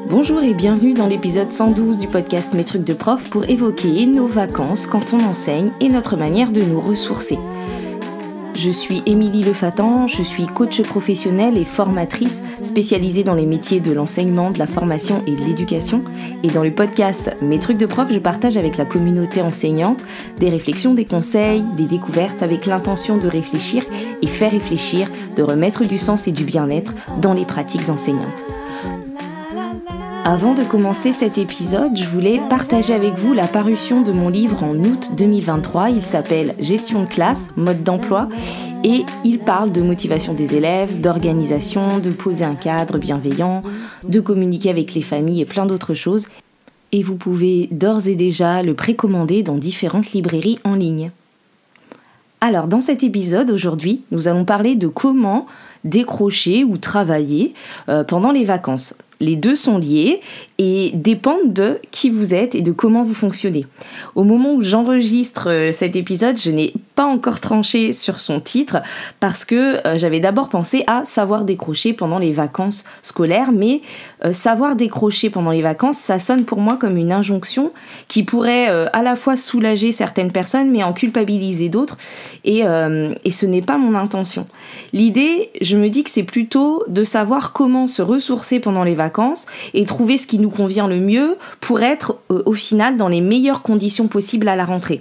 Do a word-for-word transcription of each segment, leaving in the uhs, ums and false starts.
Bonjour et bienvenue dans l'épisode cent douze du podcast Mes trucs de prof pour évoquer nos vacances quand on enseigne et notre manière de nous ressourcer. Je suis Émilie Lefatan, je suis coach professionnelle et formatrice spécialisée dans les métiers de l'enseignement, de la formation et de l'éducation. Et dans le podcast Mes trucs de prof, je partage avec la communauté enseignante des réflexions, des conseils, des découvertes avec l'intention de réfléchir et faire réfléchir, de remettre du sens et du bien-être dans les pratiques enseignantes. Avant de commencer cet épisode, je voulais partager avec vous la parution de mon livre en août deux mille vingt-trois. Il s'appelle « Gestion de classe, mode d'emploi » et il parle de motivation des élèves, d'organisation, de poser un cadre bienveillant, de communiquer avec les familles et plein d'autres choses. Et vous pouvez d'ores et déjà le précommander dans différentes librairies en ligne. Alors, dans cet épisode, aujourd'hui, nous allons parler de comment décrocher ou travailler euh, pendant les vacances. Les deux sont liés et dépendent de qui vous êtes et de comment vous fonctionnez. Au moment où j'enregistre euh, cet épisode, je n'ai pas encore tranché sur son titre parce que euh, j'avais d'abord pensé à savoir décrocher pendant les vacances scolaires, mais euh, savoir décrocher pendant les vacances, ça sonne pour moi comme une injonction qui pourrait euh, à la fois soulager certaines personnes mais en culpabiliser d'autres et, euh, et ce n'est pas mon intention. L'idée, je me dis que c'est plutôt de savoir comment se ressourcer pendant les vacances et trouver ce qui nous convient le mieux pour être euh, au final dans les meilleures conditions possibles à la rentrée.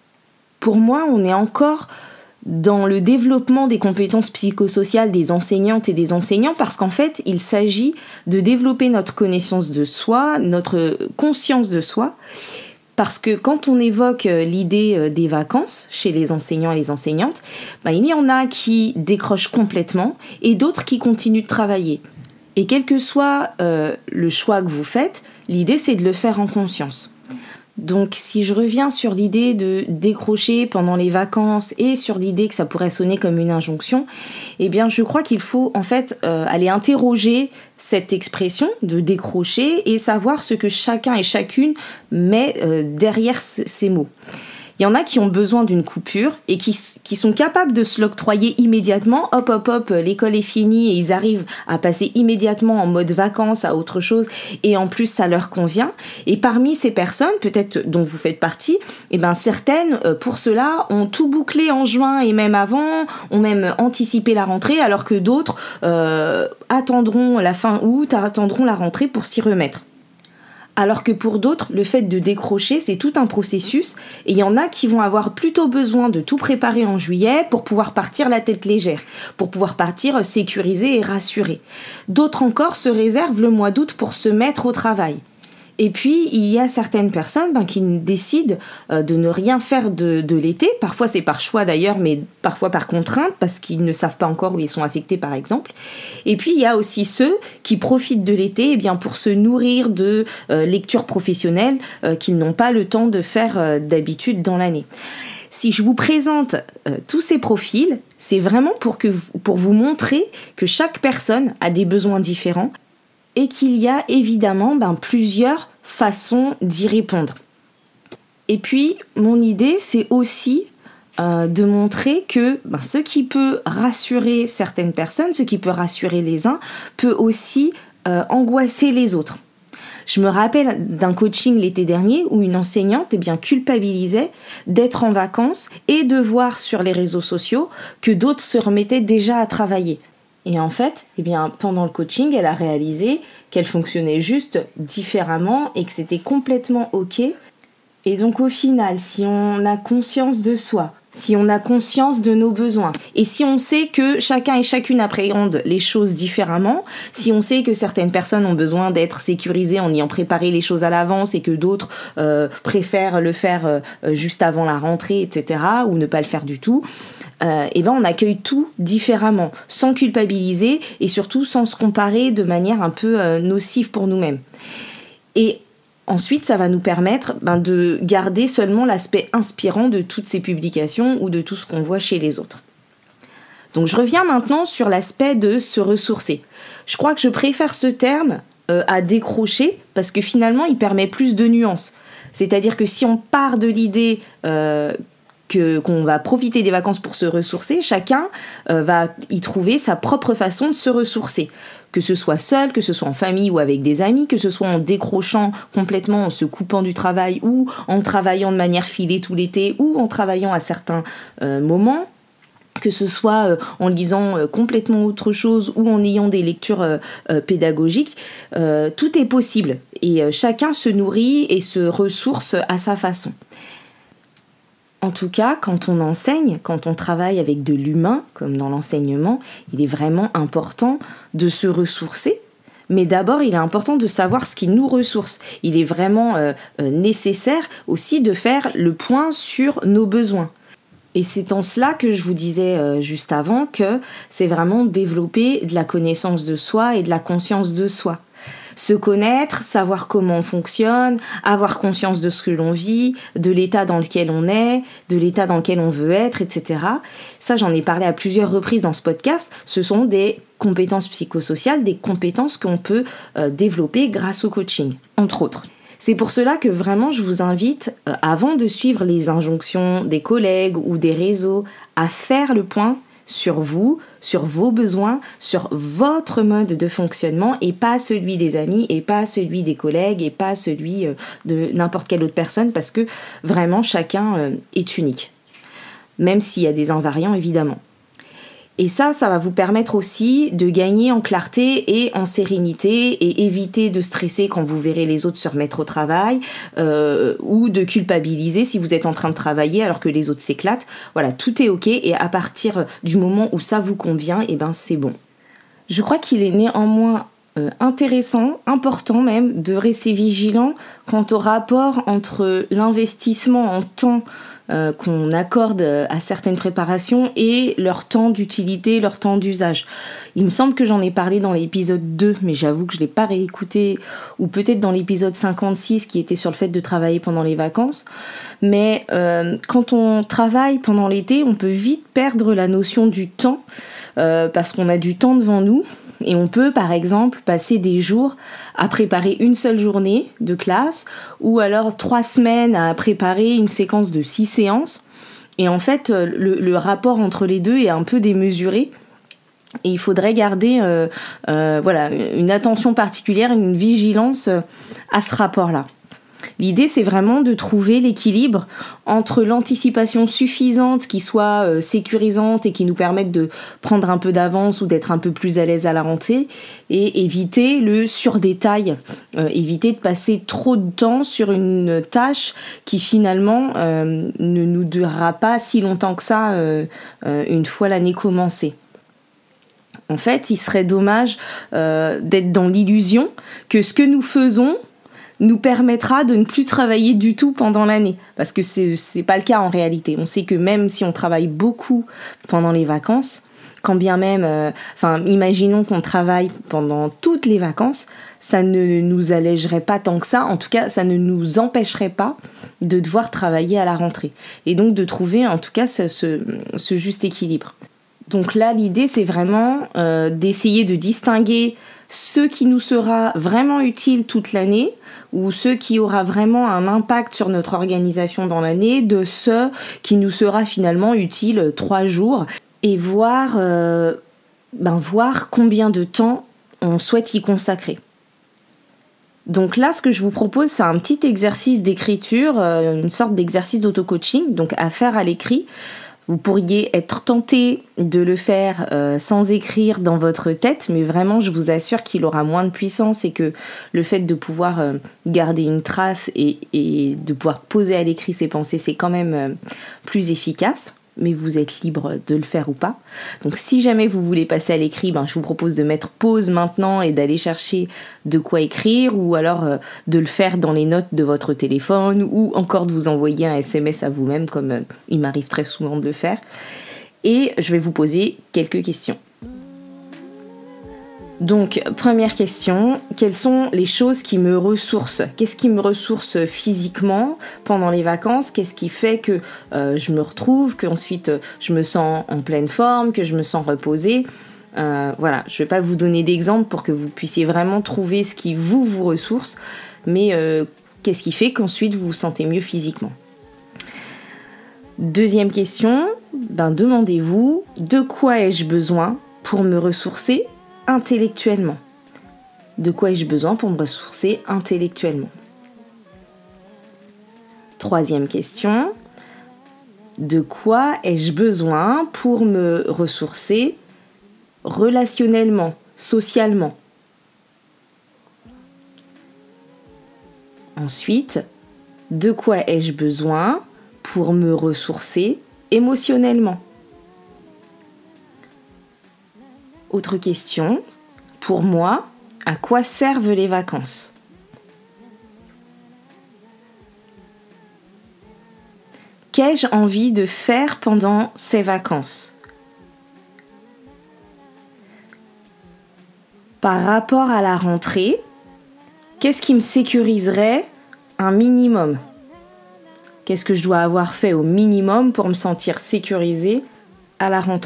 Pour moi, on est encore dans le développement des compétences psychosociales des enseignantes et des enseignants parce qu'en fait, il s'agit de développer notre connaissance de soi, notre conscience de soi. Parce que quand on évoque l'idée des vacances chez les enseignants et les enseignantes, ben, il y en a qui décrochent complètement et d'autres qui continuent de travailler. Et quel que soit euh, le choix que vous faites, l'idée c'est de le faire en conscience. Donc si je reviens sur l'idée de décrocher pendant les vacances et sur l'idée que ça pourrait sonner comme une injonction, eh bien je crois qu'il faut en fait euh, aller interroger cette expression de décrocher et savoir ce que chacun et chacune met euh, derrière ce, ces mots. Il y en a qui ont besoin d'une coupure et qui, qui sont capables de se l'octroyer immédiatement. Hop, hop, hop, l'école est finie et ils arrivent à passer immédiatement en mode vacances à autre chose et en plus ça leur convient. Et parmi ces personnes, peut-être dont vous faites partie, eh ben certaines, pour cela, ont tout bouclé en juin et même avant, ont même anticipé la rentrée, alors que d'autres euh, attendront la fin août, attendront la rentrée pour s'y remettre. Alors que pour d'autres, le fait de décrocher, c'est tout un processus et il y en a qui vont avoir plutôt besoin de tout préparer en juillet pour pouvoir partir la tête légère, pour pouvoir partir sécurisé et rassuré. D'autres encore se réservent le mois d'août pour se mettre au travail. Et puis, il y a certaines personnes ben, qui décident euh, de ne rien faire de, de l'été. Parfois, c'est par choix d'ailleurs, mais parfois par contrainte, parce qu'ils ne savent pas encore où ils sont affectés, par exemple. Et puis, il y a aussi ceux qui profitent de l'été eh bien, pour se nourrir de euh, lectures professionnelles euh, qu'ils n'ont pas le temps de faire euh, d'habitude dans l'année. Si je vous présente euh, tous ces profils, c'est vraiment pour, que, pour vous montrer que chaque personne a des besoins différents, et qu'il y a évidemment ben, plusieurs façons d'y répondre. Et puis, mon idée, c'est aussi euh, de montrer que ben, ce qui peut rassurer certaines personnes, ce qui peut rassurer les uns, peut aussi euh, angoisser les autres. Je me rappelle d'un coaching l'été dernier où une enseignante eh bien, culpabilisait d'être en vacances et de voir sur les réseaux sociaux que d'autres se remettaient déjà à travailler. Et en fait, eh bien, pendant le coaching, elle a réalisé qu'elle fonctionnait juste différemment et que c'était complètement OK. Et donc au final, si on a conscience de soi, si on a conscience de nos besoins, et si on sait que chacun et chacune appréhende les choses différemment, si on sait que certaines personnes ont besoin d'être sécurisées en ayant préparé les choses à l'avance et que d'autres euh, préfèrent le faire euh, juste avant la rentrée, et cetera, ou ne pas le faire du tout, euh, et ben on accueille tout différemment, sans culpabiliser et surtout sans se comparer de manière un peu euh, nocive pour nous-mêmes. Et ensuite, ça va nous permettre ben, de garder seulement l'aspect inspirant de toutes ces publications ou de tout ce qu'on voit chez les autres. Donc je reviens maintenant sur l'aspect de se ressourcer. Je crois que je préfère ce terme euh, à décrocher parce que finalement il permet plus de nuances. C'est-à-dire que si on part de l'idée euh, que, qu'on va profiter des vacances pour se ressourcer, chacun euh, va y trouver sa propre façon de se ressourcer. Que ce soit seul, que ce soit en famille ou avec des amis, que ce soit en décrochant complètement, en se coupant du travail ou en travaillant de manière filée tout l'été ou en travaillant à certains euh, moments, que ce soit euh, en lisant euh, complètement autre chose ou en ayant des lectures euh, euh, pédagogiques, euh, tout est possible et euh, chacun se nourrit et se ressource à sa façon. En tout cas, quand on enseigne, quand on travaille avec de l'humain, comme dans l'enseignement, il est vraiment important de se ressourcer. Mais d'abord, il est important de savoir ce qui nous ressource. Il est vraiment euh, euh, nécessaire aussi de faire le point sur nos besoins. Et c'est en cela que je vous disais euh, juste avant que c'est vraiment développer de la connaissance de soi et de la conscience de soi. Se connaître, savoir comment on fonctionne, avoir conscience de ce que l'on vit, de l'état dans lequel on est, de l'état dans lequel on veut être, et cetera. Ça, j'en ai parlé à plusieurs reprises dans ce podcast. Ce sont des compétences psychosociales, des compétences qu'on peut euh, développer grâce au coaching, entre autres. C'est pour cela que vraiment je vous invite, euh, avant de suivre les injonctions des collègues ou des réseaux, à faire le point sur vous, sur vos besoins, sur votre mode de fonctionnement et pas celui des amis et pas celui des collègues et pas celui de n'importe quelle autre personne parce que vraiment chacun est unique. Même s'il y a des invariants évidemment. Et ça, ça va vous permettre aussi de gagner en clarté et en sérénité et éviter de stresser quand vous verrez les autres se remettre au travail euh, ou de culpabiliser si vous êtes en train de travailler alors que les autres s'éclatent. Voilà, tout est ok et à partir du moment où ça vous convient, eh ben c'est bon. Je crois qu'il est néanmoins euh, intéressant, important même, de rester vigilant quant au rapport entre l'investissement en temps Euh, qu'on accorde à certaines préparations et leur temps d'utilité, leur temps d'usage. Il me semble que j'en ai parlé dans l'épisode deux, mais j'avoue que je ne l'ai pas réécouté, ou peut-être dans l'épisode cinquante-six qui était sur le fait de travailler pendant les vacances. Mais euh, quand on travaille pendant l'été, on peut vite perdre la notion du temps, euh, parce qu'on a du temps devant nous. Et on peut, par exemple, passer des jours à préparer une seule journée de classe ou alors trois semaines à préparer une séquence de six séances. Et en fait, le, le rapport entre les deux est un peu démesuré. Et il faudrait garder euh, euh, voilà, une attention particulière, une vigilance à ce rapport-là. L'idée, c'est vraiment de trouver l'équilibre entre l'anticipation suffisante qui soit euh, sécurisante et qui nous permette de prendre un peu d'avance ou d'être un peu plus à l'aise à la rentrée et éviter le surdétail, euh, éviter de passer trop de temps sur une tâche qui finalement euh, ne nous durera pas si longtemps que ça euh, euh, une fois l'année commencée. En fait, il serait dommage euh, d'être dans l'illusion que ce que nous faisons nous permettra de ne plus travailler du tout pendant l'année. Parce que c'est, c'est pas le cas en réalité. On sait que même si on travaille beaucoup pendant les vacances, quand bien même, euh, enfin, imaginons qu'on travaille pendant toutes les vacances, ça ne nous allégerait pas tant que ça. En tout cas, ça ne nous empêcherait pas de devoir travailler à la rentrée. Et donc de trouver en tout cas ce, ce, ce juste équilibre. Donc là, l'idée, c'est vraiment euh, d'essayer de distinguer ce qui nous sera vraiment utile toute l'année ou ce qui aura vraiment un impact sur notre organisation dans l'année de ce qui nous sera finalement utile trois jours et voir, euh, ben voir combien de temps on souhaite y consacrer. Donc là, ce que je vous propose, c'est un petit exercice d'écriture, euh, une sorte d'exercice d'auto-coaching, donc à faire à l'écrit. Vous pourriez être tenté de le faire euh, sans écrire dans votre tête, mais vraiment, je vous assure qu'il aura moins de puissance et que le fait de pouvoir euh, garder une trace et, et de pouvoir poser à l'écrit ses pensées, c'est quand même euh, plus efficace. Mais vous êtes libre de le faire ou pas. Donc si jamais vous voulez passer à l'écrit, ben, je vous propose de mettre pause maintenant et d'aller chercher de quoi écrire ou alors euh, de le faire dans les notes de votre téléphone ou encore de vous envoyer un S M S à vous-même comme euh, il m'arrive très souvent de le faire. Et je vais vous poser quelques questions. Donc, première question, quelles sont les choses qui me ressourcent ? Qu'est-ce qui me ressource physiquement pendant les vacances ? Qu'est-ce qui fait que euh, je me retrouve, qu'ensuite euh, je me sens en pleine forme, que je me sens reposée ? euh, Voilà, je ne vais pas vous donner d'exemples pour que vous puissiez vraiment trouver ce qui vous, vous ressource, mais euh, qu'est-ce qui fait qu'ensuite vous vous sentez mieux physiquement ? Deuxième question, ben demandez-vous de quoi ai-je besoin pour me ressourcer intellectuellement ? De quoi ai-je besoin pour me ressourcer intellectuellement ? Troisième question, de quoi ai-je besoin pour me ressourcer relationnellement, socialement ? Ensuite, de quoi ai-je besoin pour me ressourcer émotionnellement ? Autre question, pour moi, à quoi servent les vacances ? Qu'ai-je envie de faire pendant ces vacances ? Par rapport à la rentrée, qu'est-ce qui me sécuriserait un minimum ? Qu'est-ce que je dois avoir fait au minimum pour me sentir sécurisée à la rentrée ?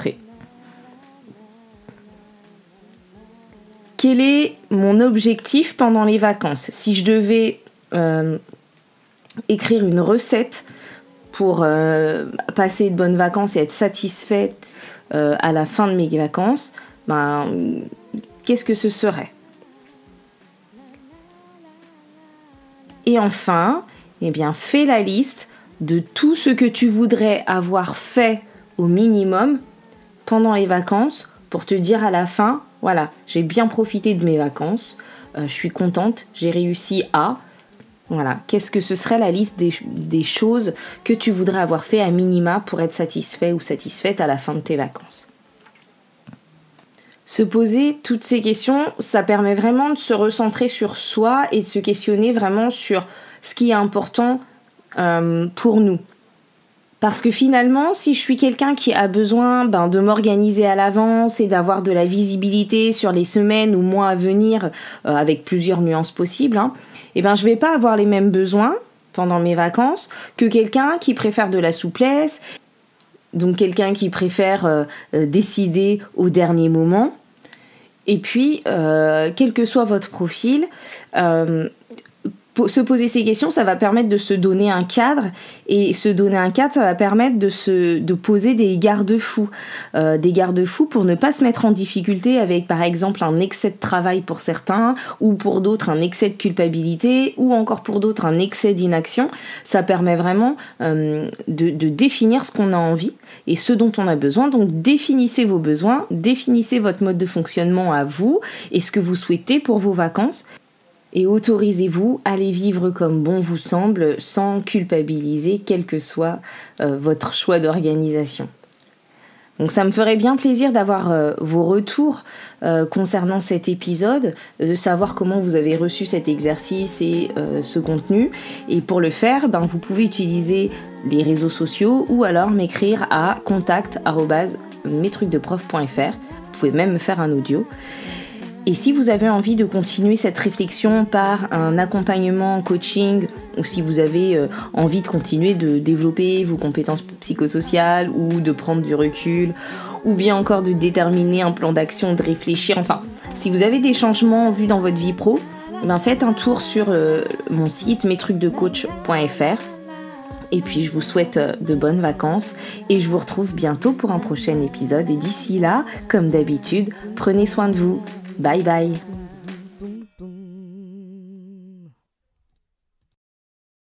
Quel est mon objectif pendant les vacances ? Si je devais euh, écrire une recette pour euh, passer de bonnes vacances et être satisfaite euh, à la fin de mes vacances, ben, qu'est-ce que ce serait ? Et enfin, eh bien, fais la liste de tout ce que tu voudrais avoir fait au minimum pendant les vacances pour te dire à la fin, voilà, j'ai bien profité de mes vacances, euh, je suis contente, j'ai réussi à... Voilà, qu'est-ce que ce serait la liste des, des choses que tu voudrais avoir fait à minima pour être satisfait ou satisfaite à la fin de tes vacances ? Se poser toutes ces questions, ça permet vraiment de se recentrer sur soi et de se questionner vraiment sur ce qui est important euh, pour nous. Parce que finalement, si je suis quelqu'un qui a besoin ben, de m'organiser à l'avance et d'avoir de la visibilité sur les semaines ou mois à venir, euh, avec plusieurs nuances possibles, hein, eh ben, je ne vais pas avoir les mêmes besoins pendant mes vacances que quelqu'un qui préfère de la souplesse, donc quelqu'un qui préfère euh, euh, décider au dernier moment. Et puis, euh, quel que soit votre profil, euh, se poser ces questions, ça va permettre de se donner un cadre, et se donner un cadre, ça va permettre de, se, de poser des garde-fous, euh, des garde-fous pour ne pas se mettre en difficulté avec par exemple un excès de travail pour certains, ou pour d'autres un excès de culpabilité, ou encore pour d'autres un excès d'inaction. Ça permet vraiment euh, de, de définir ce qu'on a envie et ce dont on a besoin. Donc définissez vos besoins, définissez votre mode de fonctionnement à vous et ce que vous souhaitez pour vos vacances. Et autorisez-vous à les vivre comme bon vous semble, sans culpabiliser, quel que soit euh, votre choix d'organisation. Donc ça me ferait bien plaisir d'avoir euh, vos retours euh, concernant cet épisode, de savoir comment vous avez reçu cet exercice et euh, ce contenu. Et pour le faire, ben, vous pouvez utiliser les réseaux sociaux ou alors m'écrire à contact arobase mes trucs de prof point f r. Vous pouvez même me faire un audio. Et si vous avez envie de continuer cette réflexion par un accompagnement en coaching, ou si vous avez euh, envie de continuer de développer vos compétences psychosociales ou de prendre du recul, ou bien encore de déterminer un plan d'action, de réfléchir, enfin, si vous avez des changements en vue dans votre vie pro, ben faites un tour sur euh, mon site mes trucs de coach point f r. Et puis je vous souhaite de bonnes vacances et je vous retrouve bientôt pour un prochain épisode. Et d'ici là, comme d'habitude, prenez soin de vous. Bye bye.